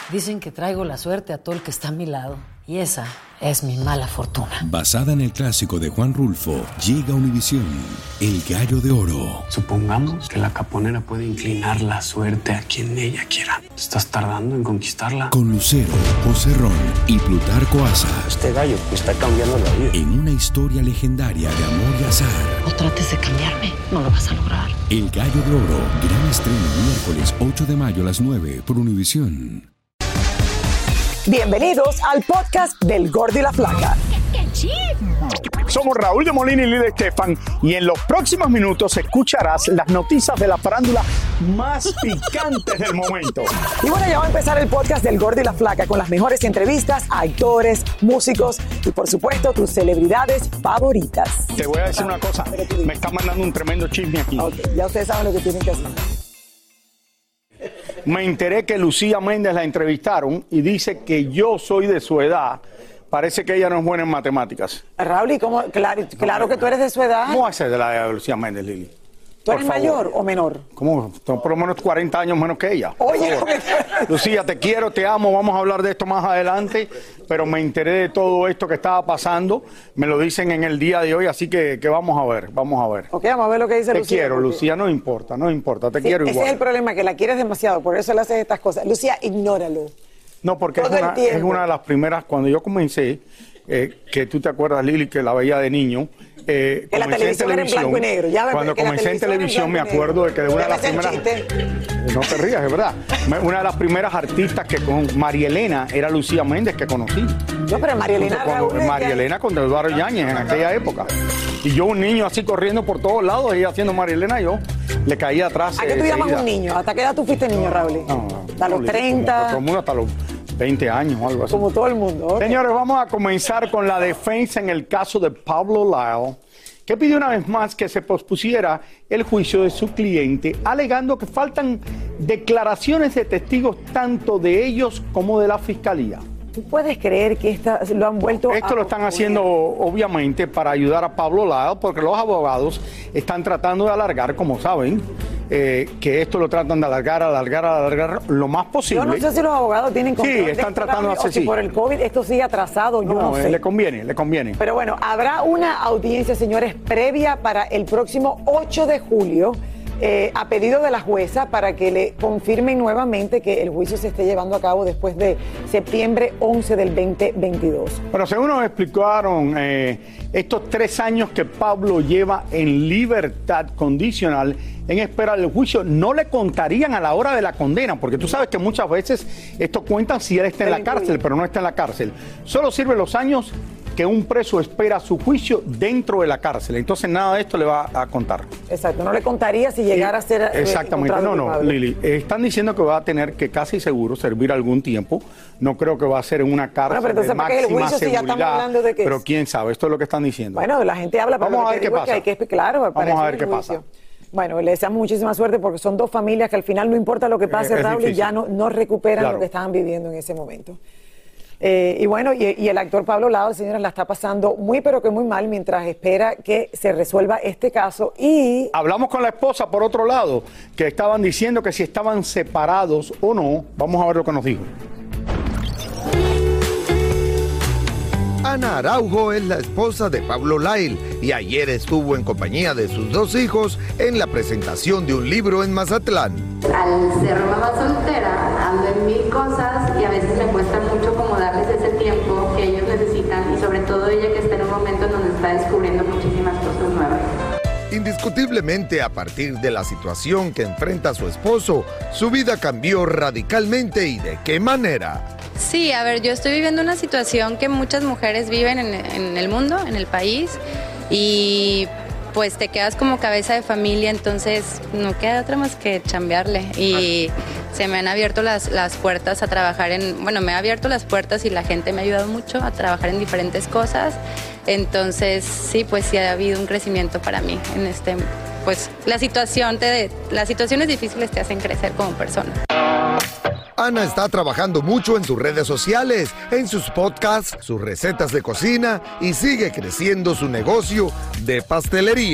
Dicen que traigo la suerte a todo el que está a mi lado. Y esa es mi mala fortuna. Basada en el clásico de Juan Rulfo, llega a Univisión, El Gallo de Oro. Supongamos que la caponera puede inclinar la suerte a quien ella quiera. ¿Estás tardando en conquistarla? Con Lucero, José Ron y Plutarco Asa. Este gallo me está cambiando la vida. En una historia legendaria de amor y azar. No trates de cambiarme, no lo vas a lograr. El Gallo de Oro, gran estreno miércoles 8 de mayo a las 9 por Univisión. Bienvenidos al podcast del Gordo y la Flaca. Somos Raúl de Molina y Lidia Estefan y en los próximos minutos escucharás las noticias de la farándula más picantes del momento. Y bueno, ya va a empezar el podcast del Gordo y la Flaca con las mejores entrevistas a actores, músicos y por supuesto tus celebridades favoritas. Te voy a decir una cosa, me están mandando un tremendo chisme aquí. Okay, ya ustedes saben lo que tienen que hacer. Me enteré que Lucía Méndez la entrevistaron y dice que yo soy de su edad. Parece que ella no es buena en matemáticas. Raúl, ¿y cómo? Claro que tú eres de su edad. ¿Cómo va a ser de la edad de Lucía Méndez, Lili? ¿Tú eres mayor o menor? ¿Cómo? Tengo por lo menos 40 años menos que ella. Oye, Lucía, te quiero, te amo, vamos a hablar de esto más adelante, pero me enteré de todo esto que estaba pasando, me lo dicen en el día de hoy, así que vamos a ver. Ok, vamos a ver lo que dice Lucía. Te quiero, porque... Lucía, no importa, te quiero igual. Ese es el problema, que la quieres demasiado, por eso le haces estas cosas. Lucía, ignóralo. No, porque es una de las primeras, cuando yo comencé, que tú te acuerdas, Lili, que la veía de niño. Que la televisión era en blanco y negro. Cuando comencé en televisión me acuerdo de que de una de las primeras... No te rías, es verdad. Una de las primeras artistas que con María Elena era Lucía Méndez, que conocí. No, pero María Elena... María Elena con Eduardo Yáñez en aquella época. Y yo un niño así corriendo por todos lados, ella haciendo María Elena, yo le caía atrás. ¿A qué tú llamas un niño? ¿Hasta qué edad tú fuiste niño, Raúl? ¿Hasta los 30? Todo el mundo hasta los 20 años o algo así. Como todo el mundo. Okay. Señores, vamos a comenzar con la defensa en el caso de Pablo Lyle, que pidió una vez más que se pospusiera el juicio de su cliente, alegando que faltan declaraciones de testigos tanto de ellos como de la fiscalía. ¿Tú puedes creer que lo han vuelto Esto lo están haciendo obviamente para ayudar a Pablo Lyle, porque los abogados están tratando de alargar, como saben, que esto lo tratan de alargar lo más posible. Yo no sé si los abogados tienen control. Sí, están tratando de hacer así. Si por el COVID esto sigue atrasado, yo no sé. Le conviene. Pero bueno, habrá una audiencia, señores, previa para el próximo 8 de julio, a pedido de la jueza para que le confirmen nuevamente que el juicio se esté llevando a cabo después de septiembre 11 del 2022. Pero según nos explicaron, estos 3 años que Pablo lleva en libertad condicional en espera del juicio no le contarían a la hora de la condena, porque tú sabes que muchas veces esto cuentan si él está en la cárcel, pero no está en la cárcel. Solo sirve los años que un preso espera su juicio dentro de la cárcel. Entonces nada de esto le va a contar. Exacto, no le contaría si llegara a ser exactamente, no, Lili. Están diciendo que va a tener que casi seguro servir algún tiempo. No creo que va a ser en una cárcel de máxima seguridad. Pero quién sabe, esto es lo que están diciendo. Bueno, la gente habla, pero vamos a ver qué pasa. Vamos a ver qué pasa. Bueno, le deseamos muchísima suerte porque son 2 familias que al final no importa lo que pase, Raúl, y ya no recuperan lo que estaban viviendo en ese momento. Y bueno, y el actor Pablo Lyle, señora, la está pasando muy pero que muy mal mientras espera que se resuelva este caso. Y hablamos con la esposa, por otro lado, que estaban diciendo que si estaban separados o no. Vamos a ver lo que nos dijo. Ana Araujo es la esposa de Pablo Lyle y ayer estuvo en compañía de sus 2 hijos en la presentación de un libro en Mazatlán. Al ser mamá soltera, ando en 1000 cosas y a veces me cuesta mucho como darles ese tiempo que ellos necesitan y sobre todo ella que está en un momento en donde está descubriendo muchísimas cosas nuevas. Indiscutiblemente, a partir de la situación que enfrenta su esposo, su vida cambió radicalmente. ¿Y de qué manera? Sí, a ver, yo estoy viviendo una situación que muchas mujeres viven en el mundo, en el país, y pues te quedas como cabeza de familia, entonces no queda otra más que chambearle. Y se me han abierto las puertas a trabajar me ha abierto las puertas y la gente me ha ayudado mucho a trabajar en diferentes cosas. Entonces, sí, pues sí ha habido un crecimiento para mí en pues las situaciones difíciles te hacen crecer como persona. Ana está trabajando mucho en sus redes sociales, en sus podcasts, sus recetas de cocina y sigue creciendo su negocio de pastelería.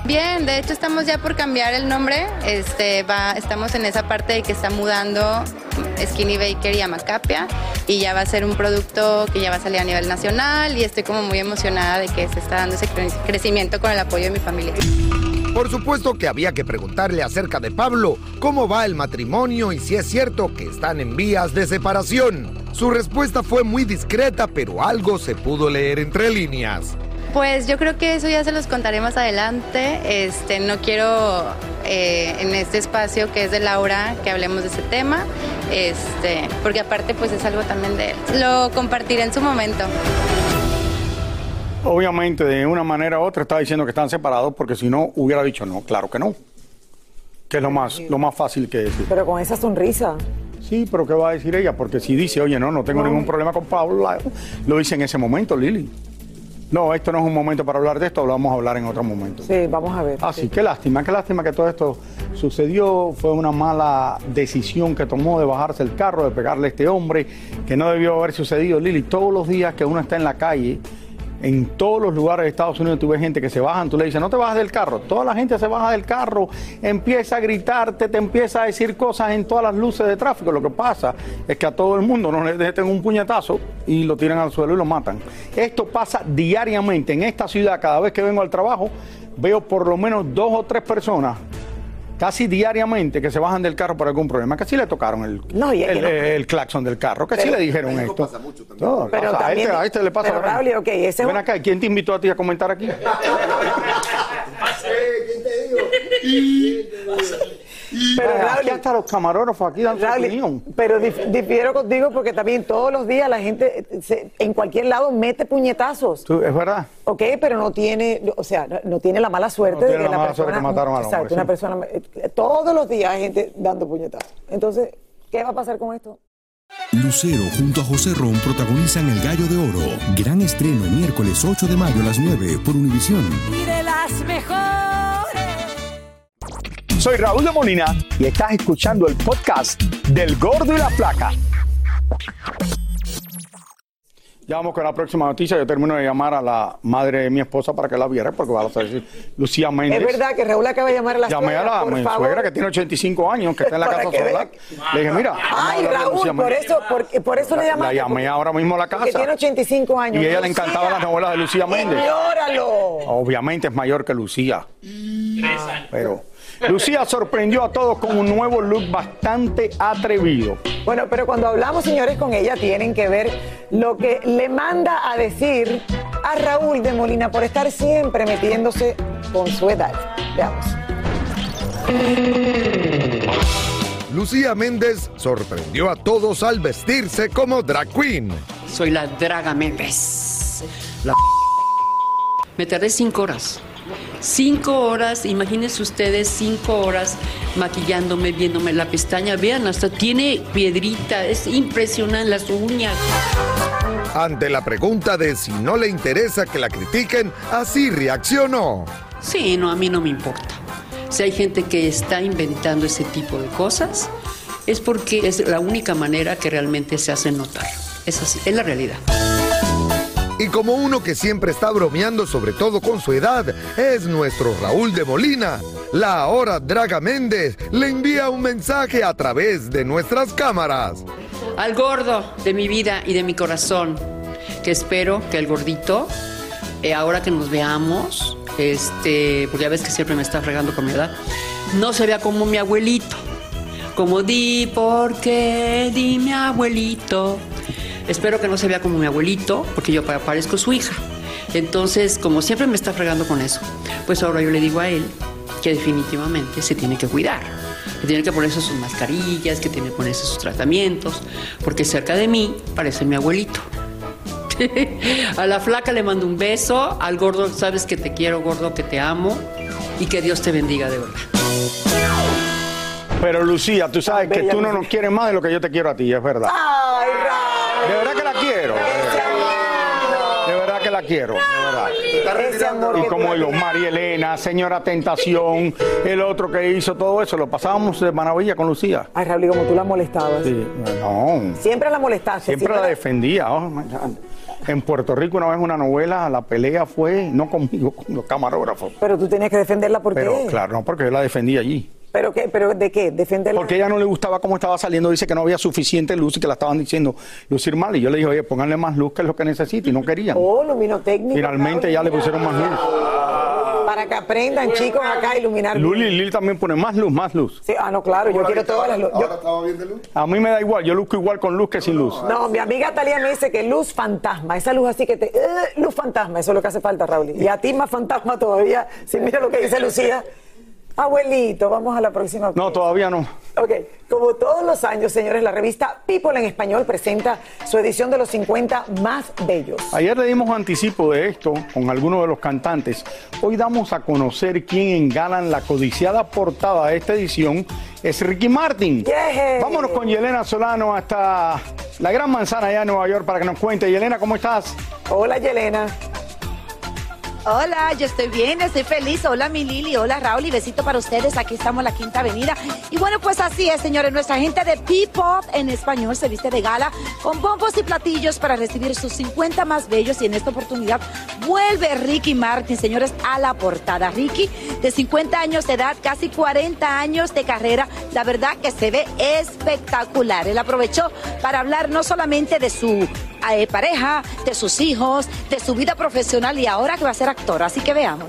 Bien, de hecho estamos ya por cambiar el nombre. Estamos en esa parte de que está mudando Skinny Bakery a Macapia y ya va a ser un producto que ya va a salir a nivel nacional y estoy como muy emocionada de que se está dando ese crecimiento con el apoyo de mi familia. Por supuesto que había que preguntarle acerca de Pablo, cómo va el matrimonio y si es cierto que están en vías de separación. Su respuesta fue muy discreta, pero algo se pudo leer entre líneas. Pues yo creo que eso ya se los contaré más adelante. No quiero en este espacio que es de Laura que hablemos de ese tema, porque aparte pues es algo también de él. Lo compartiré en su momento. Obviamente, de una manera u otra está diciendo que están separados porque si no hubiera dicho no, claro que no. Que es lo más fácil que decir. Pero con esa sonrisa. Sí, pero ¿qué va a decir ella? Porque si dice, oye, no tengo ningún problema con Pablo, lo dice en ese momento, Lili. No, esto no es un momento para hablar de esto, lo vamos a hablar en otro momento. Sí, vamos a ver. Ah, sí, qué lástima que todo esto sucedió. Fue una mala decisión que tomó de bajarse el carro, de pegarle a este hombre, que no debió haber sucedido. Lili, todos los días que uno está en la calle, en todos los lugares de Estados Unidos tú ves gente que se bajan, tú le dices, no te bajas del carro. Toda la gente se baja del carro, empieza a gritarte, te empieza a decir cosas en todas las luces de tráfico. Lo que pasa es que a todo el mundo no le den un puñetazo y lo tiran al suelo y lo matan. Esto pasa diariamente en esta ciudad. Cada vez que vengo al trabajo veo por lo menos 2 o 3 personas casi diariamente que se bajan del carro por algún problema, que sí le tocaron el claxon del carro, que sí le dijeron esto. Pasa mucho también. No, pero pasa, también, a este le pasa. Pero Raúl, ok, ese ven acá, ¿quién te invitó a ti a comentar aquí? ¿Quién te dijo? Pero aquí hasta los camarógrafos aquí dan su opinión. Pero difiero contigo porque también todos los días la gente en cualquier lado mete puñetazos. Es verdad. Ok, pero no tiene, no tiene la mala suerte de que la persona que mataron al hombre. Exacto, una persona, todos los días hay gente dando puñetazos. Entonces, ¿qué va a pasar con esto? Lucero junto a José Ron protagonizan El Gallo de Oro. Gran estreno miércoles 8 de mayo a las 9 por Univisión. Y de las mejores. Soy Raúl de Molina y estás escuchando el podcast del Gordo y la Flaca. Ya vamos con la próxima noticia. Yo termino de llamar a la madre de mi esposa para que la viera, porque va a decir Lucía Méndez. Es verdad que Raúl acaba de llamar a la suegra. Llamé a mi suegra que tiene 85 años, que está en la casa sola. Le dije, mira. Ay, Raúl, por eso le llamaste. La llamé ahora mismo a la casa. Que tiene 85 años. Y a ella le encantaban las novelas de Lucía Méndez. ¡Ignóralo! Obviamente es mayor que Lucía. Pero Lucía sorprendió a todos con un nuevo look bastante atrevido. Bueno, pero cuando hablamos, señores, con ella tienen que ver lo que le manda a decir a Raúl de Molina por estar siempre metiéndose con su edad. Veamos. Lucía Méndez sorprendió a todos al vestirse como drag queen. Soy la Draga Méndez. Me tardé 5 horas. 5 horas, imagínense ustedes, 5 horas maquillándome, viéndome la pestaña. Vean, hasta tiene piedrita, es impresionante las uñas. Ante la pregunta de si no le interesa que la critiquen, así reaccionó. Sí, no, a mí no me importa. Si hay gente que está inventando ese tipo de cosas, es porque es la única manera que realmente se hace notar. Es así, es la realidad. Y como uno que siempre está bromeando, sobre todo con su edad, es nuestro Raúl de Molina. La ahora Draga Méndez le envía un mensaje a través de nuestras cámaras. Al gordo de mi vida y de mi corazón, que espero que el gordito, ahora que nos veamos, porque ya ves que siempre me está fregando con mi edad, no se vea como mi abuelito. Como ¿por qué? Dime, abuelito. Espero que no se vea como mi abuelito, porque yo parezco su hija. Entonces, como siempre me está fregando con eso, pues ahora yo le digo a él que definitivamente se tiene que cuidar, que tiene que ponerse sus mascarillas, que tiene que ponerse sus tratamientos, porque cerca de mí parece mi abuelito. A la flaca le mando un beso, al gordo, sabes que te quiero, gordo, que te amo, y que Dios te bendiga de verdad. Pero Lucía, tú sabes que tú no nos quieres más de lo que yo te quiero a ti, es verdad. ¡Ay, Raúl! De verdad que la quiero. De verdad que la quiero. De verdad. Y como digo, María Elena, Señora Tentación, el otro que hizo todo eso, lo pasábamos de maravilla con Lucía. Ay, Raúl, como tú la molestabas. Sí, no. Siempre la molestaste. Siempre la defendía. Oh, En Puerto Rico una vez una novela, la pelea fue no conmigo, con los camarógrafos. Pero tú tenías que defenderla, ¿por qué? Claro, no, porque yo la defendí allí. ¿Pero de qué? ¿Defenderla? Porque a ella no le gustaba cómo estaba saliendo, dice que no había suficiente luz y que la estaban diciendo lucir mal. Y yo le dije, oye, pónganle más luz que es lo que necesita, y no querían. Oh, luminotécnico. Finalmente ya le pusieron más luz. Para que aprendan, chicos, acá a iluminar. Luli también pone más luz. Sí, no, claro, yo quiero todas las luces. ¿Ahora estaba bien de luz? A mí me da igual, yo luzco igual con luz que sin luz. No, mi amiga Talía me dice que luz fantasma, esa luz así que te... luz fantasma, eso es lo que hace falta, Raúl. Y a ti más fantasma todavía, si mira lo que dice Lucía. Abuelito, vamos a la próxima. No, todavía no. Ok, como todos los años, señores, la revista People en Español presenta su edición de los 50 más bellos. Ayer le dimos anticipo de esto con algunos de los cantantes. Hoy damos a conocer quién engalan la codiciada portada de esta edición. Es Ricky Martin. Yeah. Vámonos con Yelena Solano hasta la Gran Manzana allá en Nueva York para que nos cuente. Yelena, ¿cómo estás? Hola, Yelena. Hola, yo estoy bien, estoy feliz. Hola, mi Lili, hola, Raúl, y besito para ustedes. Aquí estamos en la Quinta Avenida. Y bueno, pues así es, señores. Nuestra gente de People en Español se viste de gala con bombos y platillos para recibir sus 50 más bellos. Y en esta oportunidad vuelve Ricky Martin, señores, a la portada. Ricky, de 50 años de edad, casi 40 años de carrera. La verdad que se ve espectacular. Él aprovechó para hablar no solamente de su pareja, de sus hijos, de su vida profesional y ahora que va a ser actor. Así que veamos.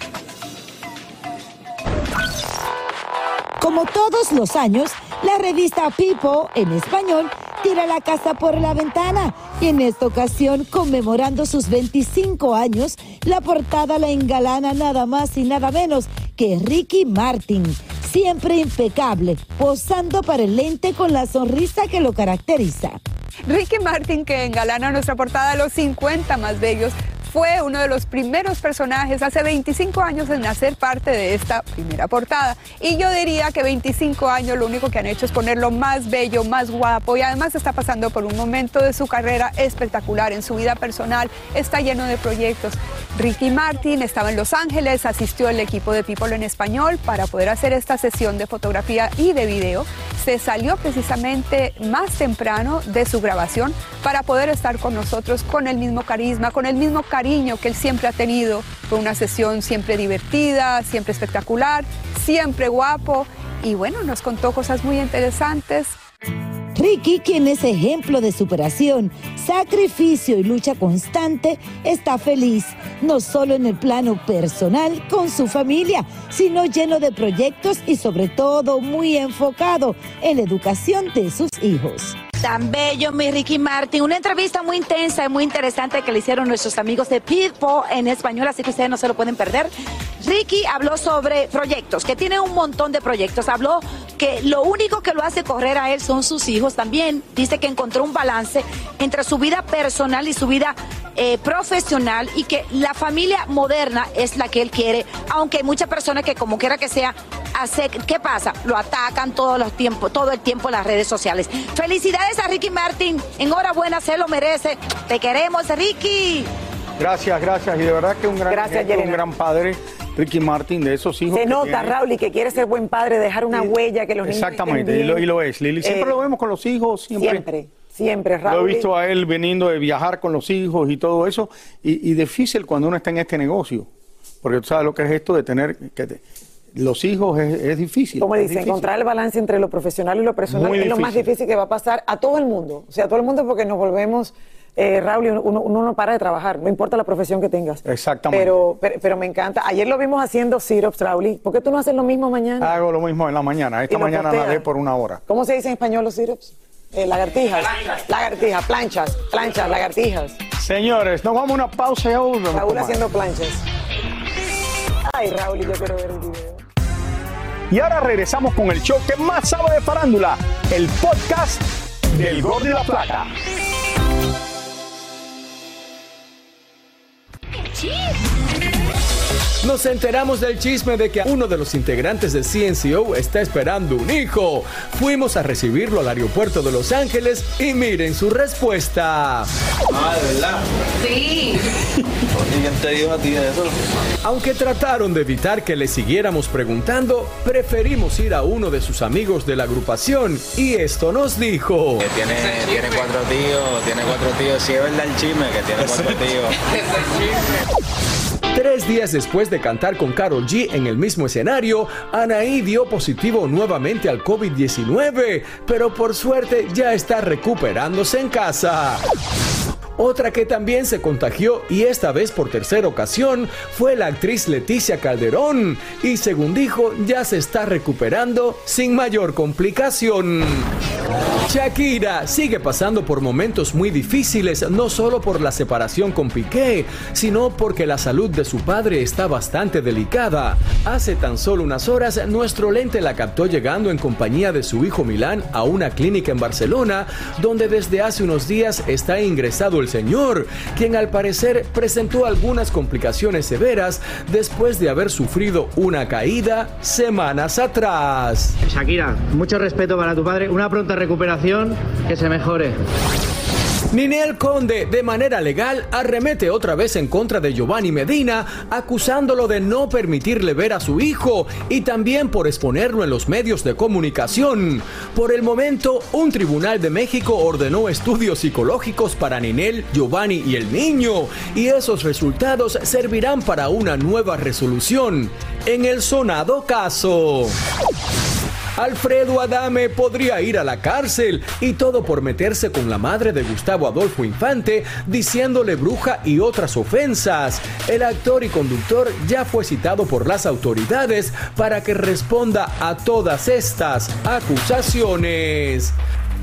Como todos los años, la revista People en Español tira la casa por la ventana y en esta ocasión, conmemorando sus 25 años, la portada la engalana nada más y nada menos que Ricky Martin, siempre impecable, posando para el lente con la sonrisa que lo caracteriza. Ricky Martin, que engalana nuestra portada de los 50 más bellos, fue uno de los primeros personajes hace 25 años en hacer parte de esta primera portada. Y yo diría que 25 años lo único que han hecho es ponerlo más bello, más guapo, y además está pasando por un momento de su carrera espectacular. En su vida personal está lleno de proyectos. Ricky Martin estaba en Los Ángeles, asistió al equipo de People en Español para poder hacer esta sesión de fotografía y de video. Se salió precisamente más temprano de su grabación para poder estar con nosotros con el mismo carisma, con el mismo cariño que él siempre ha tenido. Fue una sesión siempre divertida, siempre espectacular, siempre guapo y bueno, nos contó cosas muy interesantes. Ricky, quien es ejemplo de superación, sacrificio y lucha constante, está feliz, no solo en el plano personal con su familia, sino lleno de proyectos y sobre todo muy enfocado en la educación de sus hijos. Tan bello, mi Ricky Martin. Una entrevista muy intensa y muy interesante que le hicieron nuestros amigos de People en Español, así que ustedes no se lo pueden perder. Ricky habló sobre proyectos, que tiene un montón de proyectos. Habló que lo único que lo hace correr a él son sus hijos. También dice que encontró un balance entre su vida personal y su vida profesional y que la familia moderna es la que él quiere, aunque hay muchas personas que como quiera que sea, ¿qué pasa? Lo atacan todo el tiempo en las redes sociales. Felicidades a Ricky Martin, enhorabuena, se lo merece. Te queremos, Ricky. Gracias, y de verdad que un gran padre, Ricky Martin, de esos hijos. Se nota, Raúl, y que quiere ser buen padre, dejar una huella que los niños exactamente, y lo es, Lili. Siempre lo vemos con los hijos, Siempre, Raúl. Lo he visto a él viniendo de viajar con los hijos y todo eso, y difícil cuando uno está en este negocio, porque tú sabes lo que es esto de tener los hijos es difícil. Como dicen, encontrar el balance entre lo profesional y lo personal es lo más difícil que va a pasar a todo el mundo. O sea, a todo el mundo, porque nos volvemos, Raúl, uno no para de trabajar, no importa la profesión que tengas. Exactamente. Pero me encanta. Ayer lo vimos haciendo sit-ups, Raúl. ¿Por qué tú no haces lo mismo mañana? Hago lo mismo en la mañana. Esta mañana nadé por 1 hora. ¿Cómo se dice en español los sit-ups? Lagartijas. Lagartijas, planchas, lagartijas. Señores, nos vamos a una pausa y aún Raúl haciendo planchas. Ay, Raúl, yo quiero ver el video. Y ahora regresamos con el show que más sabe de farándula, el podcast del Gol de la Plata. Nos enteramos del chisme de que uno de los integrantes de CNCO está esperando un hijo. Fuimos a recibirlo al aeropuerto de Los Ángeles y miren su respuesta. ¿De verdad? Sí. ¿Quién te dijo a ti de eso? Aunque trataron de evitar que le siguiéramos preguntando, preferimos ir a uno de sus amigos de la agrupación y esto nos dijo. Tiene 4 tíos, sí es verdad el chisme que tiene 4 tíos. 3 días después de cantar con Karol G en el mismo escenario, Anaí dio positivo nuevamente al COVID-19, pero por suerte ya está recuperándose en casa. Otra que también se contagió, y esta vez por tercera ocasión, fue la actriz Leticia Calderón, y según dijo, ya se está recuperando sin mayor complicación. Shakira sigue pasando por momentos muy difíciles, no solo por la separación con Piqué, sino porque la salud de su padre está bastante delicada. Hace tan solo unas horas, nuestro lente la captó llegando en compañía de su hijo Milán a una clínica en Barcelona, donde desde hace unos días está ingresado el señor, quien al parecer presentó algunas complicaciones severas después de haber sufrido una caída semanas atrás. Shakira, mucho respeto para tu padre, una pronta recuperación, que se mejore. Ninel Conde, de manera legal, arremete otra vez en contra de Giovanni Medina, acusándolo de no permitirle ver a su hijo y también por exponerlo en los medios de comunicación. Por el momento, un tribunal de México ordenó estudios psicológicos para Ninel, Giovanni y el niño, y esos resultados servirán para una nueva resolución en el sonado caso. Alfredo Adame podría ir a la cárcel, y todo por meterse con la madre de Gustavo Adolfo Infante, diciéndole bruja y otras ofensas. El actor y conductor ya fue citado por las autoridades para que responda a todas estas acusaciones.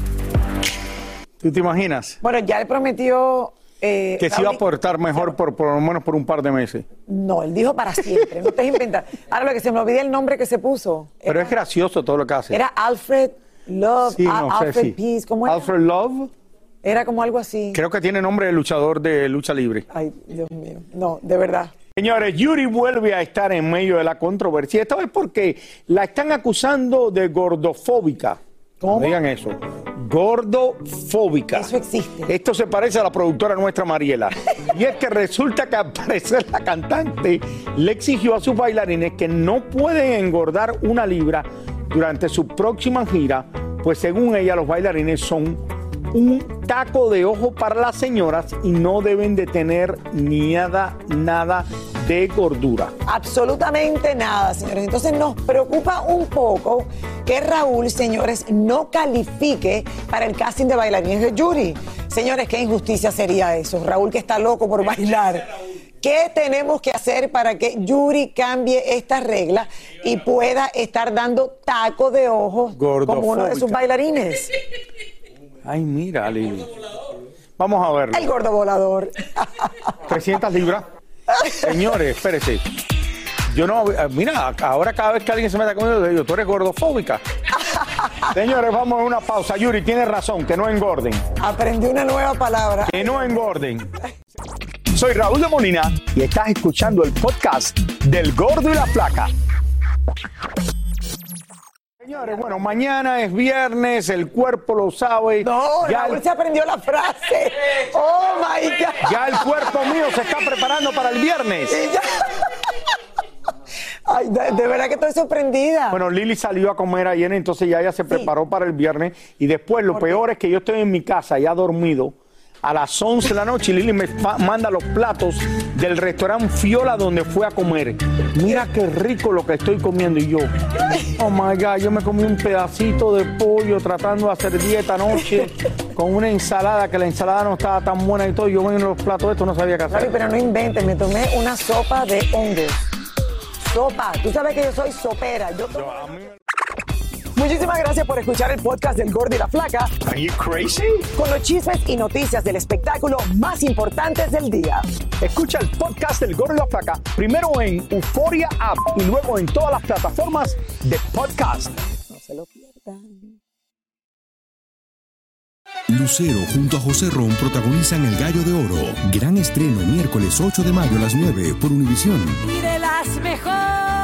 ¿Tú te imaginas? Bueno, ya él prometió... que se iba a portar mejor por lo menos por un par de meses. No, él dijo para siempre, no te inventas. Ahora lo que se me olvida el nombre que se puso. Pero es gracioso todo lo que hace. Era Alfred Love, sí, no, Alfred Peace, ¿cómo era? Alfred Love. Era como algo así. Creo que tiene nombre de luchador de lucha libre. Ay, Dios mío. No, de verdad. Señores, Yuri vuelve a estar en medio de la controversia. Esta vez porque la están acusando de gordofóbica. ¿Cómo? No digan eso. Gordofóbica. Eso existe. Esto se parece a la productora nuestra Mariela. Y es que resulta que al parecer la cantante le exigió a sus bailarines que no pueden engordar 1 libra durante su próxima gira, pues según ella los bailarines son un taco de ojo para las señoras y no deben de tener nada de gordura. Absolutamente nada, señores. Entonces nos preocupa un poco que Raúl, señores, no califique para el casting de bailarines de Yuri. Señores, qué injusticia sería eso. Raúl, que está loco por bailar. ¿Qué tenemos que hacer para que Yuri cambie esta regla y pueda estar dando taco de ojos como uno de sus bailarines? Ay, mira, Lili. Vamos a verlo. El gordo volador. 300 libras. Señores, espérese. Yo no, mira, ahora cada vez que alguien se meta conmigo, digo, tú eres gordofóbica. Señores, vamos a una pausa. Yuri, tienes razón, que no engorden. Aprendí una nueva palabra. Que no engorden. Soy Raúl de Molina y estás escuchando el podcast del Gordo y la Flaca. Señores, bueno, mañana es viernes, el cuerpo lo sabe. No, ya Raúl se aprendió la frase. Oh, my God. Ya el cuerpo mío se está preparando para el viernes. Ay, de verdad que estoy sorprendida. Bueno, Lili salió a comer ayer, entonces ya ella se preparó para el viernes. Y después, lo peor es que yo estoy en mi casa, ya dormido, a las 11 de la noche, y Lili me manda los platos del restaurante Fiola donde fue a comer. Mira qué rico lo que estoy comiendo. Y yo, oh my God, yo me comí un pedacito de pollo tratando de hacer dieta anoche con una ensalada, que la ensalada no estaba tan buena y todo. Yo en los platos estos no sabía qué hacer. Pero no inventes, me tomé una sopa de hongos. Sopa, tú sabes que yo soy sopera. Muchísimas gracias por escuchar el podcast del Gordo y la Flaca. Are you crazy? Con los chismes y noticias del espectáculo más importantes del día. Escucha el podcast del Gordo y la Flaca primero en Euforia App y luego en todas las plataformas de podcast. No se lo pierdan. Lucero junto a José Ron protagonizan El Gallo de Oro. Gran estreno miércoles 8 de mayo a las 9 por Univisión. Y de la las mejores.